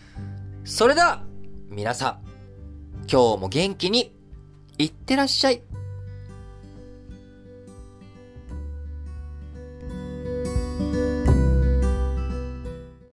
それでは、皆さん、今日も元気にいってらっしゃい。